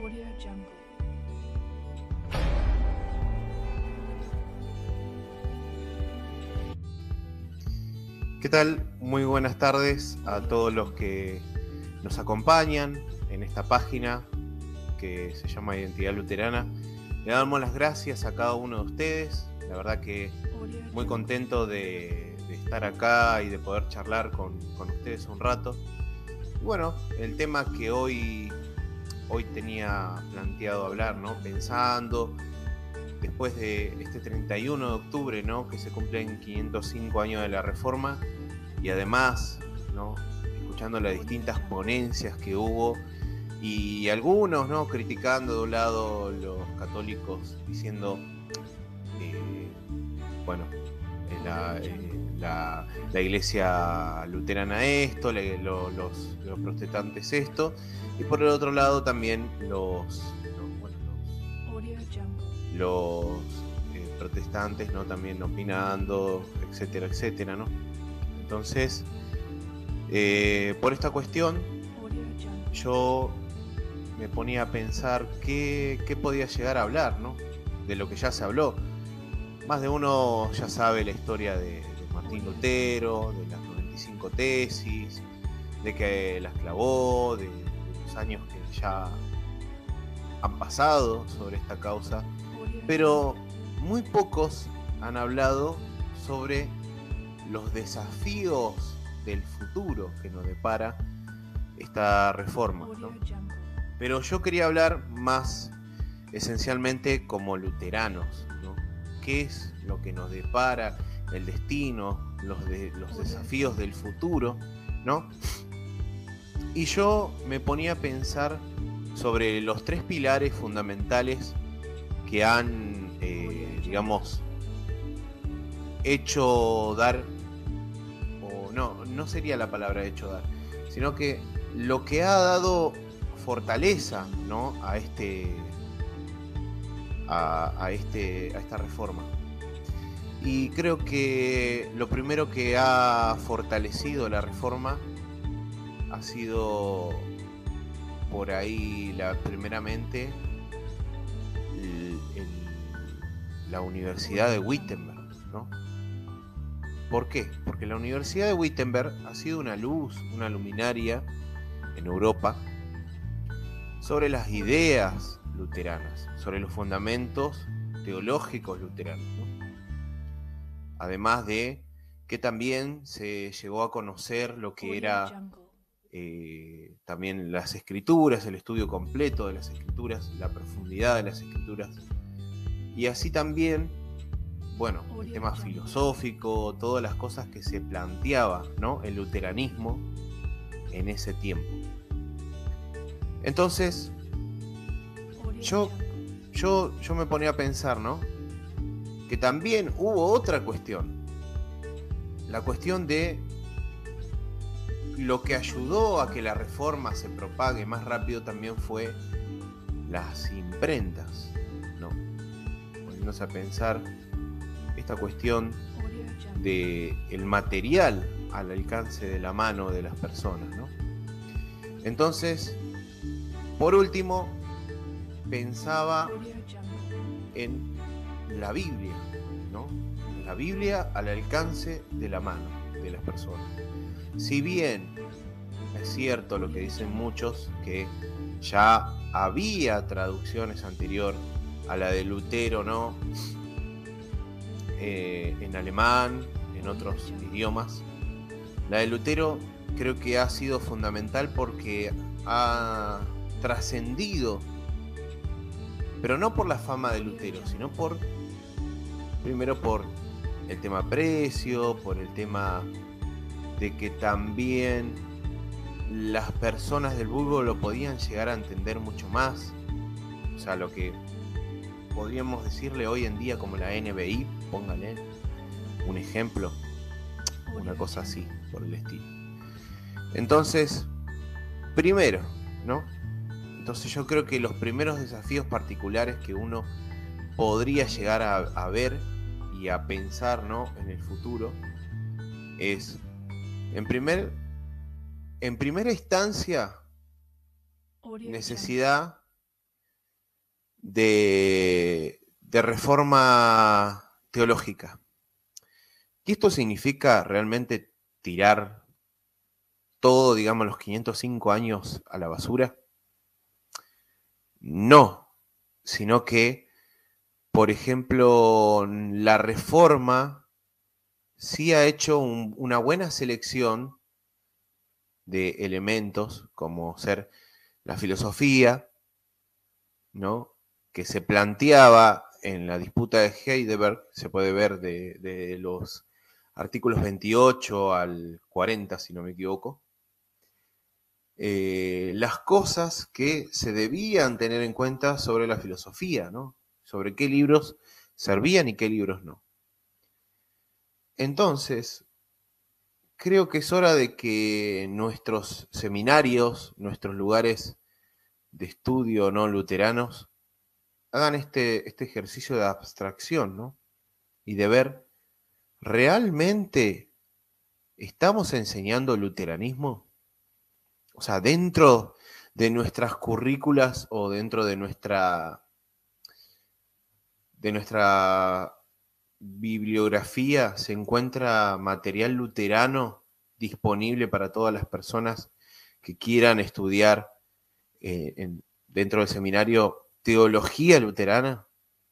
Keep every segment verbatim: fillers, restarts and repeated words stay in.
Audio Jungle. ¿Qué tal? Muy buenas tardes a todos los que nos acompañan en esta página que se llama Identidad Luterana. Le damos las gracias a cada uno de ustedes. La verdad que muy contento de, de estar acá y de poder charlar con, con ustedes un rato. Y bueno, el tema que hoy, hoy tenía planteado hablar, ¿no? Pensando después de este treinta y uno de octubre, ¿no? Que se cumplen quinientos cinco años de la Reforma, y además, ¿no? Escuchando las distintas ponencias que hubo y algunos, ¿no? Criticando de un lado los católicos diciendo, eh, bueno, eh, la, eh, la, la iglesia luterana esto, le, lo, los, los protestantes esto, y por el otro lado también los, los, bueno, los, los eh, protestantes, ¿no? También opinando, etcétera, etcétera, ¿no? Entonces, eh, por esta cuestión, yo me ponía a pensar qué, qué podía llegar a hablar, ¿no? De lo que ya se habló. Más de uno ya sabe la historia de, de Martín Lutero, de las noventa y cinco tesis, de que las clavó, de, de los años que ya han pasado sobre esta causa, pero muy pocos han hablado sobre los desafíos del futuro que nos depara esta reforma, ¿no? Pero yo quería hablar más esencialmente como luteranos, ¿no? ¿Qué es lo que nos depara el destino, los, de, los desafíos del futuro, ¿no? Y yo me ponía a pensar sobre los tres pilares fundamentales que han, eh, digamos, hecho dar, o no, no sería la palabra hecho dar, sino que lo que ha dado fortaleza, ¿no? a este a, a este a esta reforma. Y creo que lo primero que ha fortalecido la reforma ha sido por ahí la primeramente el, el, la Universidad de Wittenberg, ¿no? ¿Por qué? Porque la Universidad de Wittenberg ha sido una luz, una luminaria en Europa sobre las ideas luteranas, sobre los fundamentos teológicos luteranos, ¿no? Además de que también se llegó a conocer lo que era eh, también las escrituras, el estudio completo de las escrituras, la profundidad de las escrituras, y así también, bueno, el tema filosófico, todas las cosas que se planteaba, ¿no? El luteranismo en ese tiempo. Entonces, yo, yo, yo me ponía a pensar, ¿no? Que también hubo otra cuestión, la cuestión de lo que ayudó a que la reforma se propague más rápido también fue las imprentas, ¿no? Poniéndose a pensar esta cuestión de el material al alcance de la mano de las personas, ¿no? Entonces, por último, pensaba en la Biblia, ¿no? La Biblia al alcance de la mano de las personas. Si bien es cierto lo que dicen muchos, que ya había traducciones anterior a la de Lutero, ¿no? Eh, en alemán, en otros idiomas. La de Lutero creo que ha sido fundamental porque ha trascendido, pero no por la fama de Lutero, sino por, primero por el tema precio, por el tema de que también las personas del vulgo lo podían llegar a entender mucho más. O sea, lo que podríamos decirle hoy en día como la N B I, póngale un ejemplo, una cosa así, por el estilo. Entonces, primero, ¿no? Entonces yo creo que los primeros desafíos particulares que uno podría llegar a, a ver y a pensar, ¿no? En el futuro es, en primer, en primera instancia, necesidad de, de reforma teológica. ¿Y esto significa realmente tirar todo, digamos, los quinientos cinco años a la basura? No, sino que, por ejemplo, la reforma sí ha hecho un, una buena selección de elementos, como ser la filosofía, ¿no?, que se planteaba en la disputa de Heidelberg, se puede ver de, de los artículos veintiocho al cuarenta, si no me equivoco, eh, las cosas que se debían tener en cuenta sobre la filosofía, ¿no?, sobre qué libros servían y qué libros no. Entonces, creo que es hora de que nuestros seminarios, nuestros lugares de estudio no luteranos, hagan este, este ejercicio de abstracción, ¿no?, y de ver, ¿realmente estamos enseñando luteranismo? O sea, dentro de nuestras currículas o dentro de nuestra, de nuestra bibliografía se encuentra material luterano disponible para todas las personas que quieran estudiar eh, en, dentro del seminario teología luterana.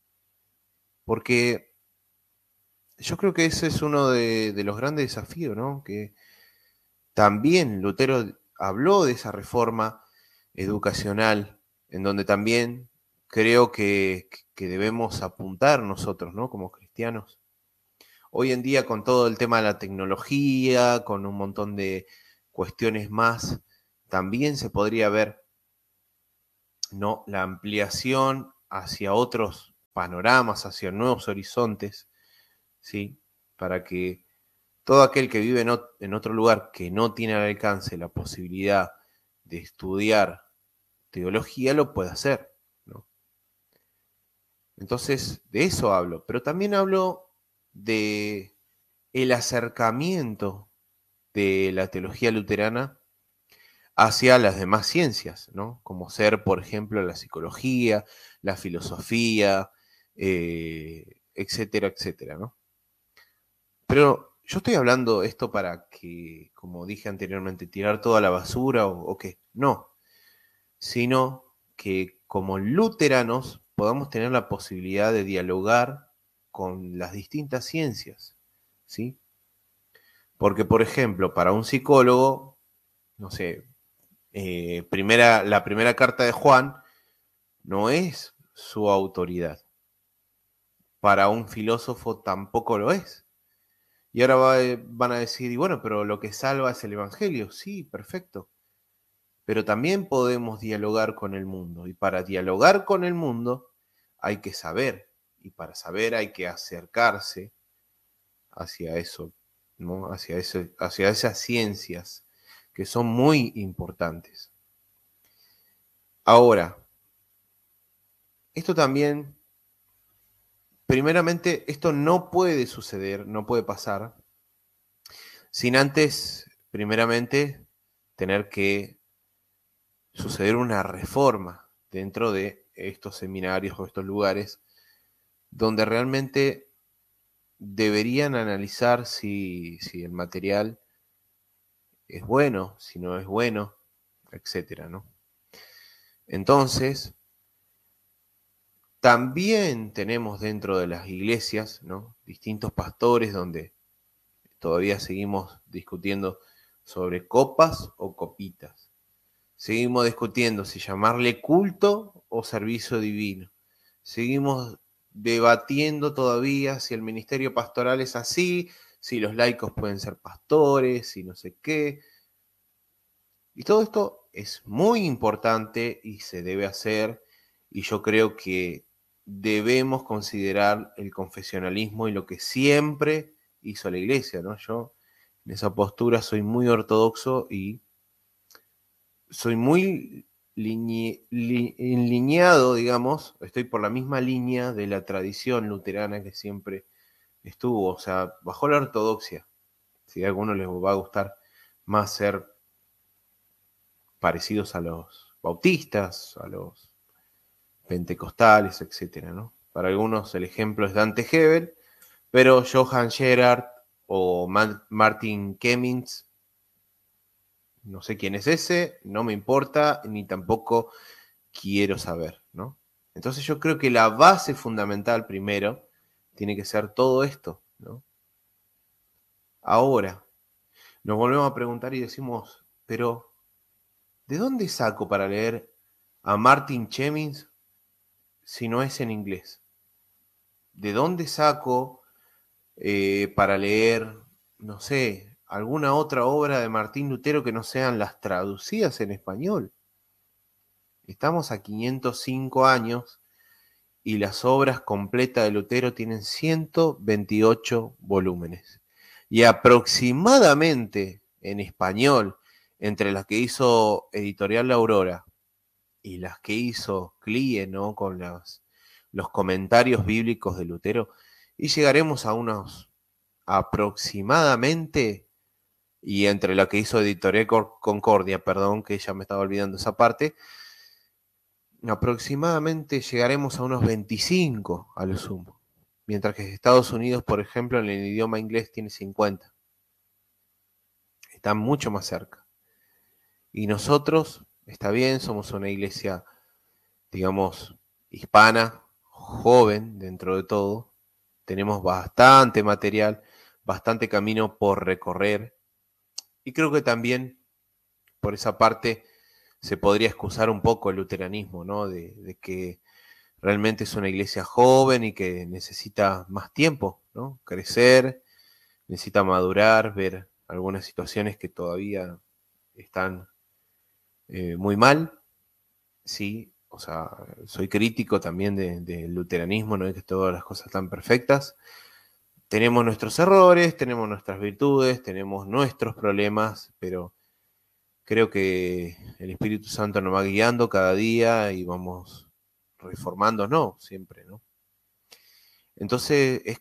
Porque yo creo que ese es uno de, de los grandes desafíos, ¿no? Que también Lutero habló de esa reforma educacional, en donde también creo que, que debemos apuntar nosotros, ¿no?, como cristianos. Hoy en día, con todo el tema de la tecnología, con un montón de cuestiones más, también se podría ver, ¿no?, la ampliación hacia otros panoramas, hacia nuevos horizontes, ¿sí?, para que todo aquel que vive en, en otro lugar que no tiene al alcance la posibilidad de estudiar teología lo pueda hacer, ¿no? Entonces, de eso hablo, pero también hablo de el acercamiento de la teología luterana hacia las demás ciencias, ¿no?, como ser, por ejemplo, la psicología, la filosofía, eh, etcétera, etcétera, ¿no? Pero yo estoy hablando esto para que, como dije anteriormente, tirar toda la basura o, o qué. No, sino que como luteranos podamos tener la posibilidad de dialogar con las distintas ciencias, ¿sí? Porque, por ejemplo, para un psicólogo, no sé, eh, primera, la primera carta de Juan no es su autoridad. Para un filósofo tampoco lo es. Y ahora va, van a decir, y bueno, pero lo que salva es el Evangelio. Sí, perfecto. Pero también podemos dialogar con el mundo. Y para dialogar con el mundo hay que saber. Y para saber hay que acercarse hacia eso, ¿no?, hacia, eso, hacia esas ciencias que son muy importantes. Ahora, esto también, primeramente, esto no puede suceder, no puede pasar, sin antes, primeramente, tener que suceder una reforma dentro de estos seminarios o estos lugares donde realmente deberían analizar si, si el material es bueno, si no es bueno, etcétera, ¿no? Entonces, también tenemos dentro de las iglesias, ¿no?, distintos pastores donde todavía seguimos discutiendo sobre copas o copitas. Seguimos discutiendo si llamarle culto o servicio divino. Seguimos debatiendo todavía si el ministerio pastoral es así, si los laicos pueden ser pastores, si no sé qué. Y todo esto es muy importante y se debe hacer, y yo creo que debemos considerar el confesionalismo y lo que siempre hizo la iglesia, ¿no? Yo en esa postura soy muy ortodoxo y soy muy line, li, enlineado, digamos, estoy por la misma línea de la tradición luterana que siempre estuvo, o sea, bajo la ortodoxia. Si a algunos les va a gustar más ser parecidos a los bautistas, a los pentecostales, etcétera, ¿no? Para algunos el ejemplo es Dante Hebel, pero Johann Gerhard o Martin Kemmings, no sé quién es ese, no me importa, ni tampoco quiero saber, ¿no? Entonces yo creo que la base fundamental primero tiene que ser todo esto, ¿no? Ahora, nos volvemos a preguntar y decimos, pero ¿de dónde saco para leer a Martin Kemmings si no es en inglés? ¿De dónde saco eh, para leer, no sé, alguna otra obra de Martín Lutero que no sean las traducidas en español? Estamos a quinientos cinco años y las obras completas de Lutero tienen ciento veintiocho volúmenes. Y aproximadamente en español, entre las que hizo Editorial La Aurora y las que hizo Clie, ¿no? Con las, los comentarios bíblicos de Lutero, y llegaremos a unos aproximadamente, y entre la que hizo Editorial Concordia, perdón, que ya me estaba olvidando esa parte, aproximadamente llegaremos a unos veinticinco a lo sumo. Mientras que Estados Unidos, por ejemplo, en el idioma inglés tiene cincuenta. Está mucho más cerca. Y nosotros, está bien, somos una iglesia, digamos, hispana, joven dentro de todo. Tenemos bastante material, bastante camino por recorrer. Y creo que también, por esa parte, se podría excusar un poco el luteranismo, ¿no? De, de que realmente es una iglesia joven y que necesita más tiempo, ¿no? Crecer, necesita madurar, ver algunas situaciones que todavía están eh, muy mal, sí, o sea, soy crítico también del de luteranismo, no es que todas las cosas están perfectas. Tenemos nuestros errores, tenemos nuestras virtudes, tenemos nuestros problemas, pero creo que el Espíritu Santo nos va guiando cada día y vamos reformándonos siempre, ¿no? Entonces, es,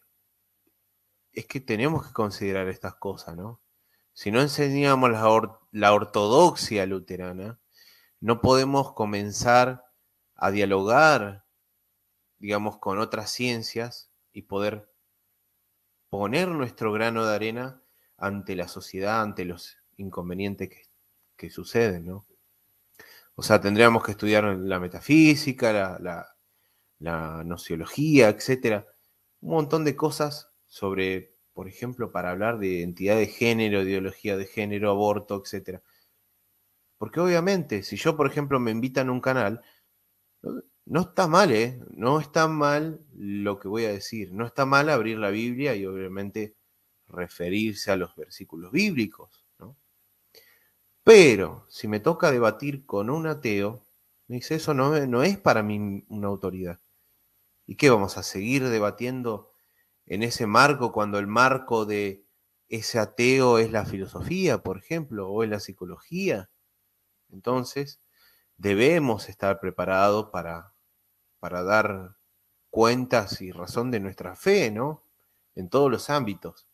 es que tenemos que considerar estas cosas, ¿no? Si no enseñamos la, or, la ortodoxia luterana, no podemos comenzar a dialogar, digamos, con otras ciencias y poder poner nuestro grano de arena ante la sociedad, ante los inconvenientes que, que suceden, ¿no? O sea, tendríamos que estudiar la metafísica, la, la, la nociología, etcétera. Un montón de cosas sobre, por ejemplo, para hablar de identidad de género, ideología de género, aborto, etcétera. Porque obviamente, si yo, por ejemplo, me invitan a un canal, no, no está mal, ¿eh? No está mal lo que voy a decir. No está mal abrir la Biblia y obviamente referirse a los versículos bíblicos, ¿no? Pero si me toca debatir con un ateo, me dice, eso no, no es para mí una autoridad. ¿Y qué vamos a seguir debatiendo en ese marco cuando el marco de ese ateo es la filosofía, por ejemplo, o es la psicología? Entonces, debemos estar preparados para, para dar cuentas y razón de nuestra fe, ¿no? En todos los ámbitos.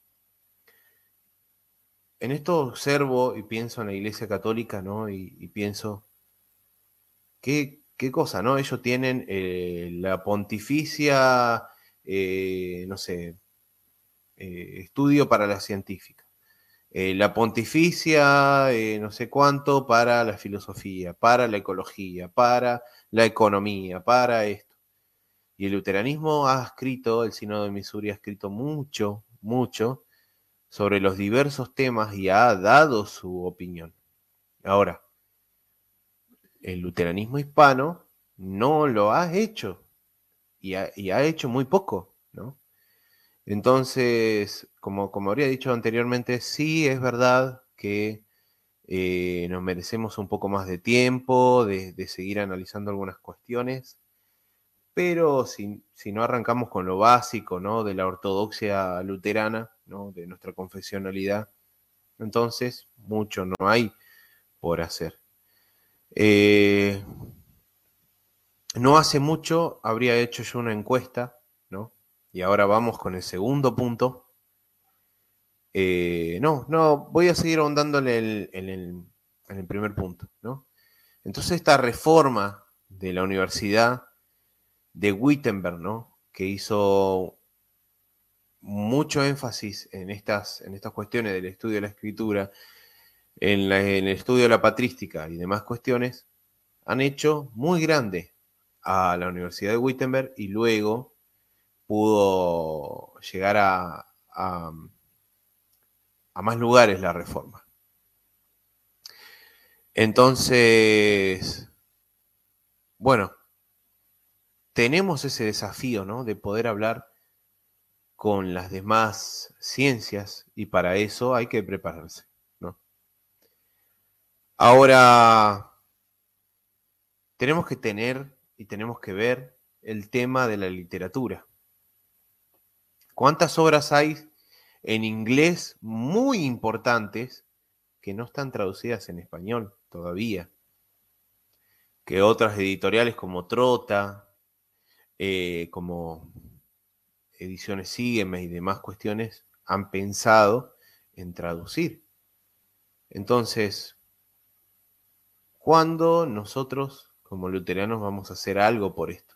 En esto observo y pienso en la Iglesia Católica, ¿no? Y, y pienso, ¿qué, qué cosa, ¿no? Ellos tienen eh, la pontificia, eh, no sé, eh, estudio para la científica. Eh, la pontificia, eh, no sé cuánto, para la filosofía, para la ecología, para la economía, para esto. Y el luteranismo ha escrito, el Sínodo de Missouri ha escrito mucho, mucho sobre los diversos temas y ha dado su opinión. Ahora, el luteranismo hispano no lo ha hecho y ha, y ha hecho muy poco, ¿no? Entonces, como, como habría dicho anteriormente, sí es verdad que eh, nos merecemos un poco más de tiempo, de, de seguir analizando algunas cuestiones, pero si, si, no arrancamos con lo básico, ¿no? De la ortodoxia luterana, ¿no? De nuestra confesionalidad, entonces mucho no hay por hacer. Eh, no hace mucho habría hecho yo una encuesta, ¿no? Y ahora vamos con el segundo punto. Eh, no, no, voy a seguir ahondando en el, en, el, en el primer punto, ¿no? Entonces esta reforma de la universidad de Wittenberg, ¿no? Que hizo mucho énfasis en estas, en estas cuestiones del estudio de la escritura, en, la, en el estudio de la patrística y demás cuestiones, han hecho muy grande a la Universidad de Wittenberg y luego pudo llegar a, a, a más lugares la reforma. Entonces, bueno, tenemos ese desafío, ¿no? De poder hablar con las demás ciencias y para eso hay que prepararse, ¿no? Ahora, tenemos que tener y tenemos que ver el tema de la literatura. ¿Cuántas obras hay en inglés muy importantes que no están traducidas en español todavía? Que otras editoriales como Trota, eh, como Ediciones Sígueme y demás cuestiones han pensado en traducir. Entonces, ¿cuándo nosotros como luteranos vamos a hacer algo por esto?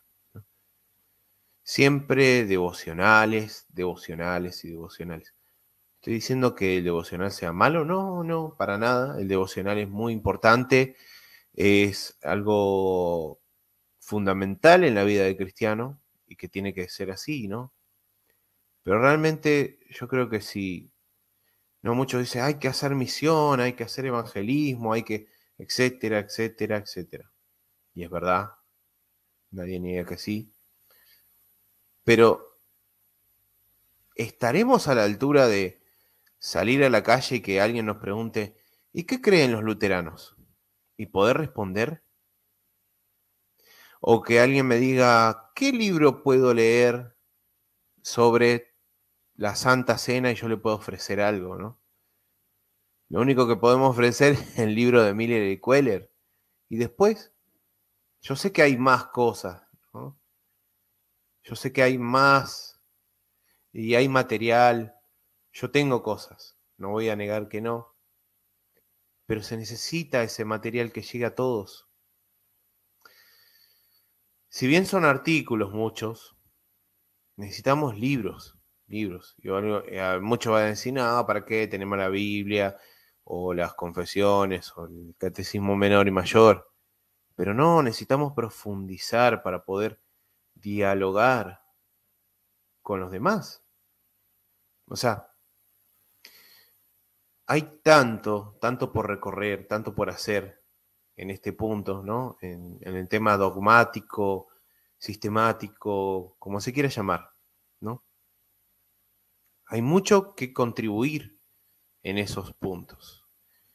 Siempre devocionales, devocionales y devocionales. ¿Estoy diciendo que el devocional sea malo? No, no, para nada. El devocional es muy importante, es algo fundamental en la vida del cristiano y que tiene que ser así, ¿no? Pero realmente yo creo que si, no, muchos dicen, hay que hacer misión, hay que hacer evangelismo, hay que, etcétera, etcétera, etcétera. Y es verdad, nadie niega que sí. Pero, ¿estaremos a la altura de salir a la calle y que alguien nos pregunte, ¿y qué creen los luteranos? Y poder responder. O que alguien me diga, ¿qué libro puedo leer sobre la Santa Cena y yo le puedo ofrecer algo, ¿no? Lo único que podemos ofrecer es el libro de Miller y Queller. Y después, yo sé que hay más cosas, ¿no? Yo sé que hay más y hay material. Yo tengo cosas, no voy a negar que no. Pero se necesita ese material que llegue a todos. Si bien son artículos muchos, necesitamos libros, libros. Y eh, muchos van a decir, no, ¿para qué? Tenemos la Biblia, o las confesiones, o el catecismo menor y mayor. Pero no, necesitamos profundizar para poder dialogar con los demás. O sea, hay tanto, tanto por recorrer, tanto por hacer en este punto, ¿no? En, en el tema dogmático, sistemático, como se quiera llamar, ¿no? Hay mucho que contribuir en esos puntos.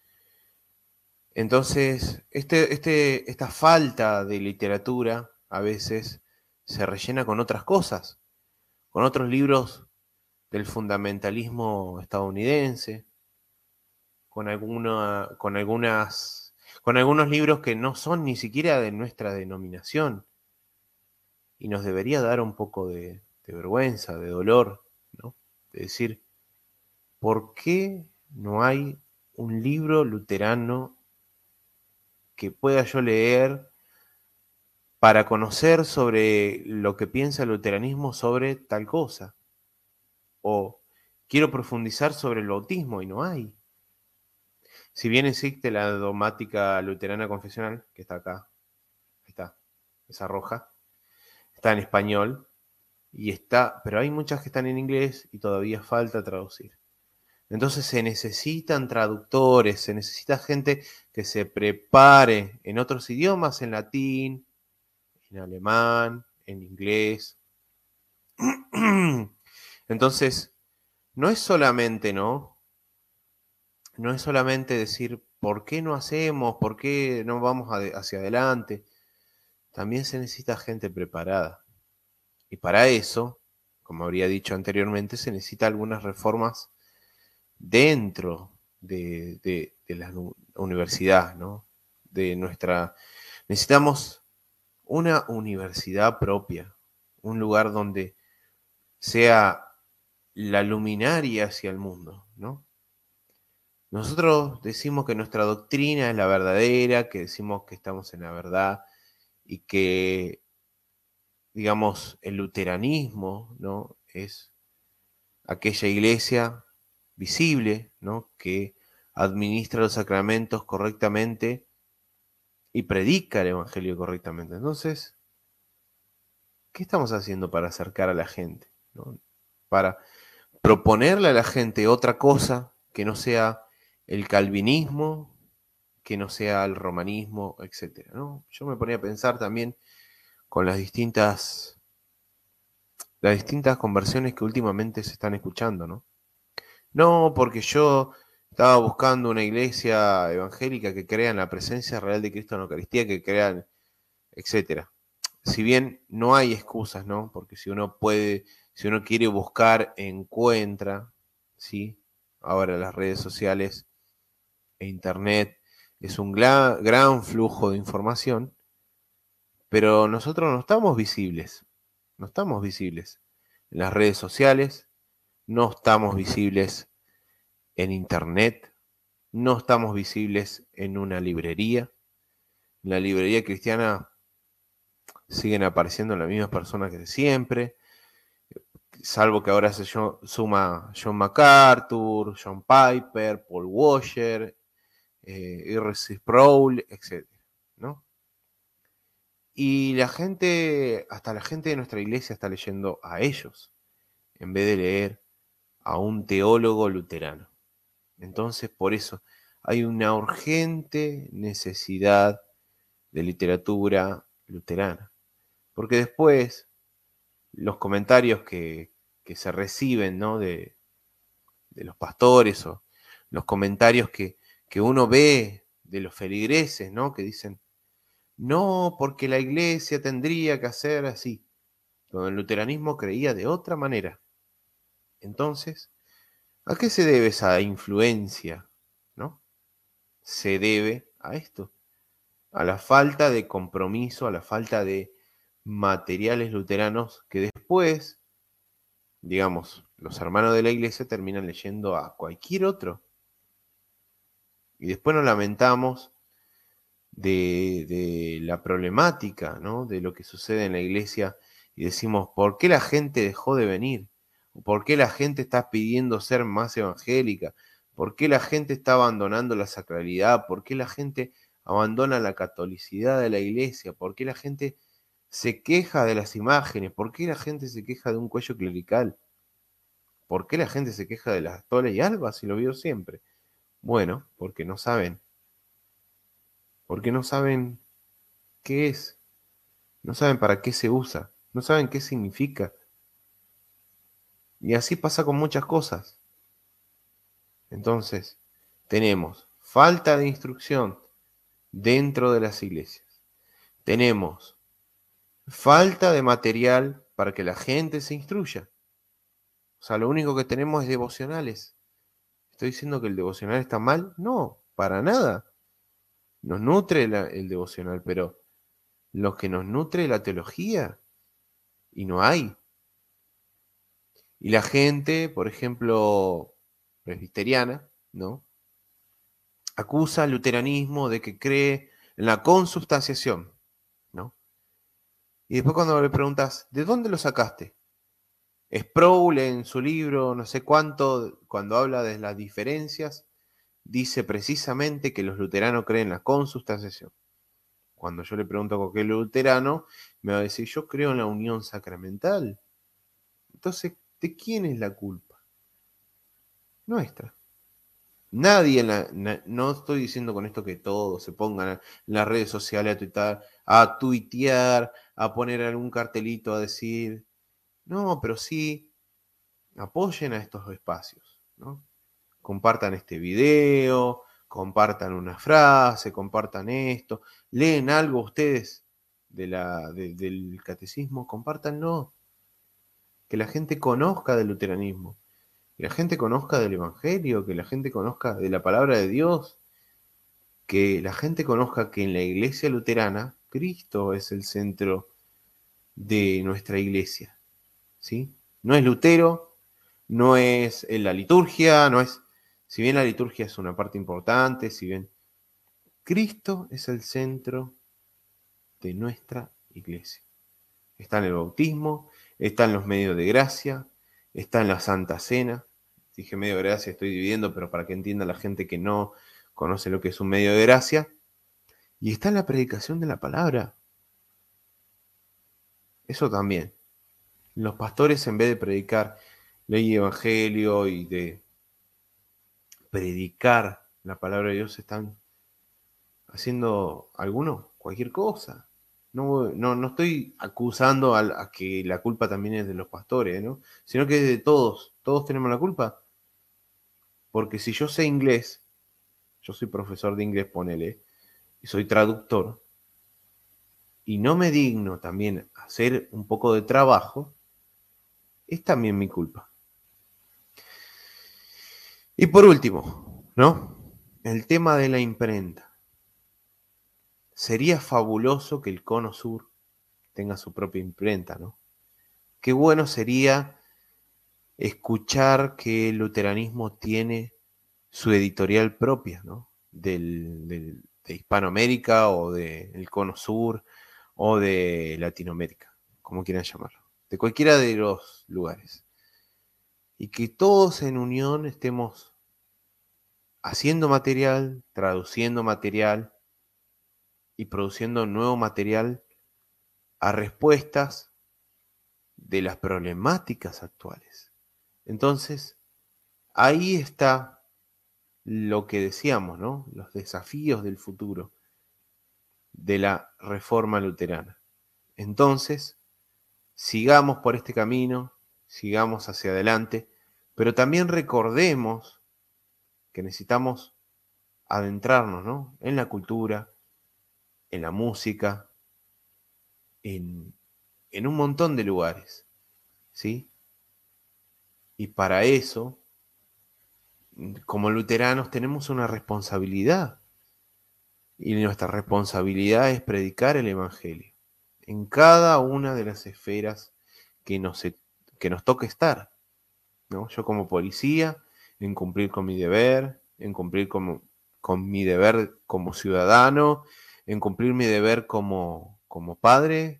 Entonces, este, este, esta falta de literatura a veces se rellena con otras cosas, con otros libros del fundamentalismo estadounidense, con, alguna, con, algunas, con algunos libros que no son ni siquiera de nuestra denominación. Y nos debería dar un poco de, de vergüenza, de dolor, ¿no? De decir, ¿por qué no hay un libro luterano que pueda yo leer para conocer sobre lo que piensa el luteranismo sobre tal cosa? O quiero profundizar sobre el bautismo y no hay. Si bien existe la dogmática luterana confesional, que está acá, ahí está, esa roja, está en español, y está, pero hay muchas que están en inglés y todavía falta traducir. Entonces se necesitan traductores, se necesita gente que se prepare en otros idiomas, en latín, en alemán, en inglés. Entonces, no es solamente, ¿no? No es solamente decir, ¿por qué no hacemos? ¿Por qué no vamos hacia adelante? También se necesita gente preparada. Y para eso, como habría dicho anteriormente, se necesita algunas reformas dentro de, de, de la universidad, ¿no? De nuestra... Necesitamos una universidad propia, un lugar donde sea la luminaria hacia el mundo, ¿no? Nosotros decimos que nuestra doctrina es la verdadera, que decimos que estamos en la verdad y que digamos, el luteranismo, ¿no? Es aquella iglesia visible, ¿no? Que administra los sacramentos correctamente y predica el evangelio correctamente. Entonces, ¿qué estamos haciendo para acercar a la gente? ¿No? Para proponerle a la gente otra cosa que no sea el calvinismo, que no sea el romanismo, etcétera, ¿no? Yo me ponía a pensar también con las distintas, las distintas conversiones que últimamente se están escuchando, ¿no? No, porque yo estaba buscando una iglesia evangélica que crea en la presencia real de Cristo en la Eucaristía, que crean, etcétera. Si bien no hay excusas, ¿no? Porque si uno puede, si uno quiere buscar, encuentra, ¿sí? Ahora las redes sociales e internet es un gran, gran flujo de información, pero nosotros no estamos visibles, no estamos visibles en las redes sociales, no estamos visibles en internet, no estamos visibles en una librería. En la librería cristiana siguen apareciendo las mismas personas que de siempre, salvo que ahora se suma John MacArthur, John Piper, Paul Washer, eh, R C Sproul, etcétera, ¿no? Y la gente, hasta la gente de nuestra iglesia está leyendo a ellos, en vez de leer a un teólogo luterano. Entonces, por eso, hay una urgente necesidad de literatura luterana. Porque después, los comentarios que, que se reciben, ¿no? de, de los pastores o los comentarios que, que uno ve de los feligreses, ¿no? Que dicen, no, porque la iglesia tendría que hacer así. Cuando el luteranismo creía de otra manera. Entonces, ¿a qué se debe esa influencia? ¿No? Se debe a esto, a la falta de compromiso, a la falta de materiales luteranos que después, digamos, los hermanos de la iglesia terminan leyendo a cualquier otro. Y después nos lamentamos de, de la problemática, ¿no? De lo que sucede en la iglesia y decimos, ¿por qué la gente dejó de venir? ¿Por qué la gente está pidiendo ser más evangélica? ¿Por qué la gente está abandonando la sacralidad? ¿Por qué la gente abandona la catolicidad de la iglesia? ¿Por qué la gente se queja de las imágenes? ¿Por qué la gente se queja de un cuello clerical? ¿Por qué la gente se queja de las tolas y albas si lo vio siempre? Bueno, porque no saben. Porque no saben qué es. No saben para qué se usa. No saben qué significa. Y así pasa con muchas cosas. Entonces, tenemos falta de instrucción dentro de las iglesias. Tenemos falta de material para que la gente se instruya. O sea, lo único que tenemos es devocionales. ¿Estoy diciendo que el devocional está mal? No, para nada. Nos nutre la, el devocional, pero lo que nos nutre es la teología. Y no hay. Y la gente, por ejemplo, presbiteriana, ¿no? Acusa al luteranismo de que cree en la consubstanciación, ¿no? Y después cuando le preguntas, ¿de dónde lo sacaste? Sproul en su libro, no sé cuánto, cuando habla de las diferencias, dice precisamente que los luteranos creen en la consubstanciación. Cuando yo le pregunto a cualquier luterano, me va a decir, yo creo en la unión sacramental. Entonces, ¿de quién es la culpa? Nuestra. Nadie, en la, na, no estoy diciendo con esto que todos se pongan en las redes sociales a tuitar, a tuitear, a poner algún cartelito a decir, no, pero sí, apoyen a estos espacios, ¿no? Compartan este video, compartan una frase, compartan esto, leen algo ustedes de la, de, del catecismo, compártanlo, que la gente conozca del luteranismo, que la gente conozca del evangelio, que la gente conozca de la palabra de Dios, que la gente conozca que en la iglesia luterana Cristo es el centro de nuestra iglesia, ¿sí? No es Lutero, no es en la liturgia, no es, si bien la liturgia es una parte importante, si bien Cristo es el centro de nuestra iglesia. Está en el bautismo, está en los medios de gracia, está en la Santa Cena. Dije medio de gracia, estoy dividiendo, pero para que entienda la gente que no conoce lo que es un medio de gracia. Y está en la predicación de la palabra. Eso también. Los pastores, en vez de predicar ley y evangelio y de predicar la palabra de Dios, están haciendo algunos cualquier cosa. No, no, no estoy acusando a, a que la culpa también es de los pastores, ¿no? Sino que es de todos. Todos tenemos la culpa. Porque si yo sé inglés, yo soy profesor de inglés, ponele, y soy traductor, y no me digno también hacer un poco de trabajo, es también mi culpa. Y por último, ¿no? El tema de la imprenta. Sería fabuloso que el Cono Sur tenga su propia imprenta, ¿no? Qué bueno sería escuchar que el luteranismo tiene su editorial propia, ¿no? Del, del, de Hispanoamérica o del Cono Sur o de Latinoamérica, como quieran llamarlo, de cualquiera de los lugares. Y que todos en unión estemos haciendo material, traduciendo material y produciendo nuevo material a respuestas de las problemáticas actuales. Entonces, ahí está lo que decíamos, ¿no? Los desafíos del futuro de la reforma luterana. Entonces, sigamos por este camino, sigamos hacia adelante, pero también recordemos que necesitamos adentrarnos, ¿no? En la cultura, en la música, en, en un montón de lugares, ¿sí? Y para eso, como luteranos, tenemos una responsabilidad. Y nuestra responsabilidad es predicar el Evangelio en cada una de las esferas que nos, que nos toque estar, ¿no? Yo como policía, en cumplir con mi deber, en cumplir con, con mi deber como ciudadano, en cumplir mi deber como, como padre.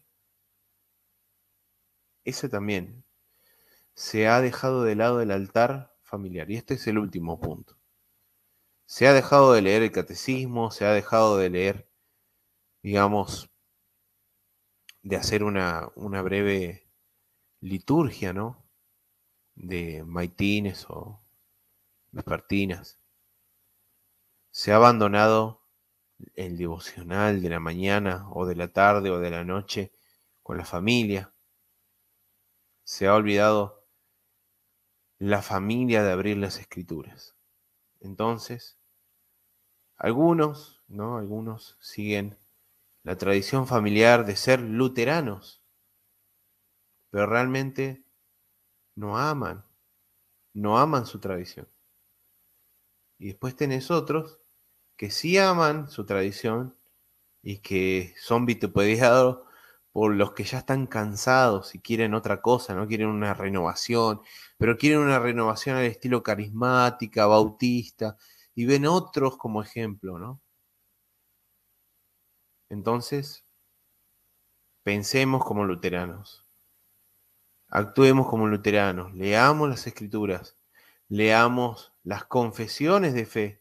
Ese también se ha dejado de lado el altar familiar. Y este es el último punto. Se ha dejado de leer el catecismo, se ha dejado de leer, digamos, de hacer una, una breve liturgia, ¿no? De maitines o vespertinas. Se ha abandonado el devocional de la mañana o de la tarde o de la noche con la familia. Se ha olvidado la familia de abrir las escrituras. Entonces, algunos, ¿no? Algunos siguen la tradición familiar de ser luteranos, pero realmente no aman, no aman su tradición. Y después tenés otros que sí aman su tradición y que son vituperados por los que ya están cansados y quieren otra cosa, no quieren una renovación, pero quieren una renovación al estilo carismática, bautista, y ven otros como ejemplo, ¿no? Entonces, pensemos como luteranos, actuemos como luteranos, leamos las escrituras, leamos las confesiones de fe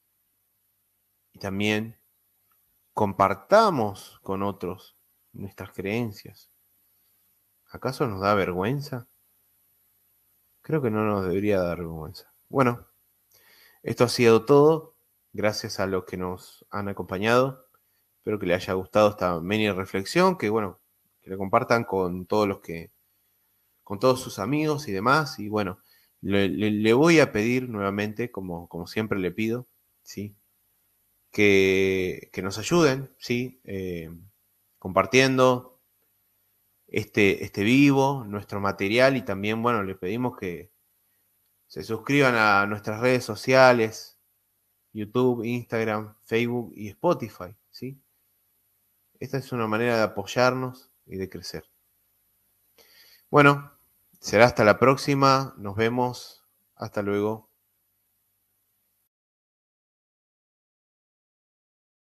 y también compartamos con otros nuestras creencias. ¿Acaso nos da vergüenza? Creo que no nos debería dar vergüenza. Bueno, esto ha sido todo. Gracias a los que nos han acompañado. Espero que les haya gustado esta mini reflexión, que bueno, que la compartan con todos los que, con todos sus amigos y demás. Y bueno, le, le, le voy a pedir nuevamente, como, como siempre le pido, ¿sí? Que, que nos ayuden, ¿sí? Eh, compartiendo este, este vivo, nuestro material, y también, bueno, le pedimos que se suscriban a nuestras redes sociales, YouTube, Instagram, Facebook y Spotify, ¿sí? Esta es una manera de apoyarnos y de crecer. Bueno, será hasta la próxima. Nos vemos. Hasta luego.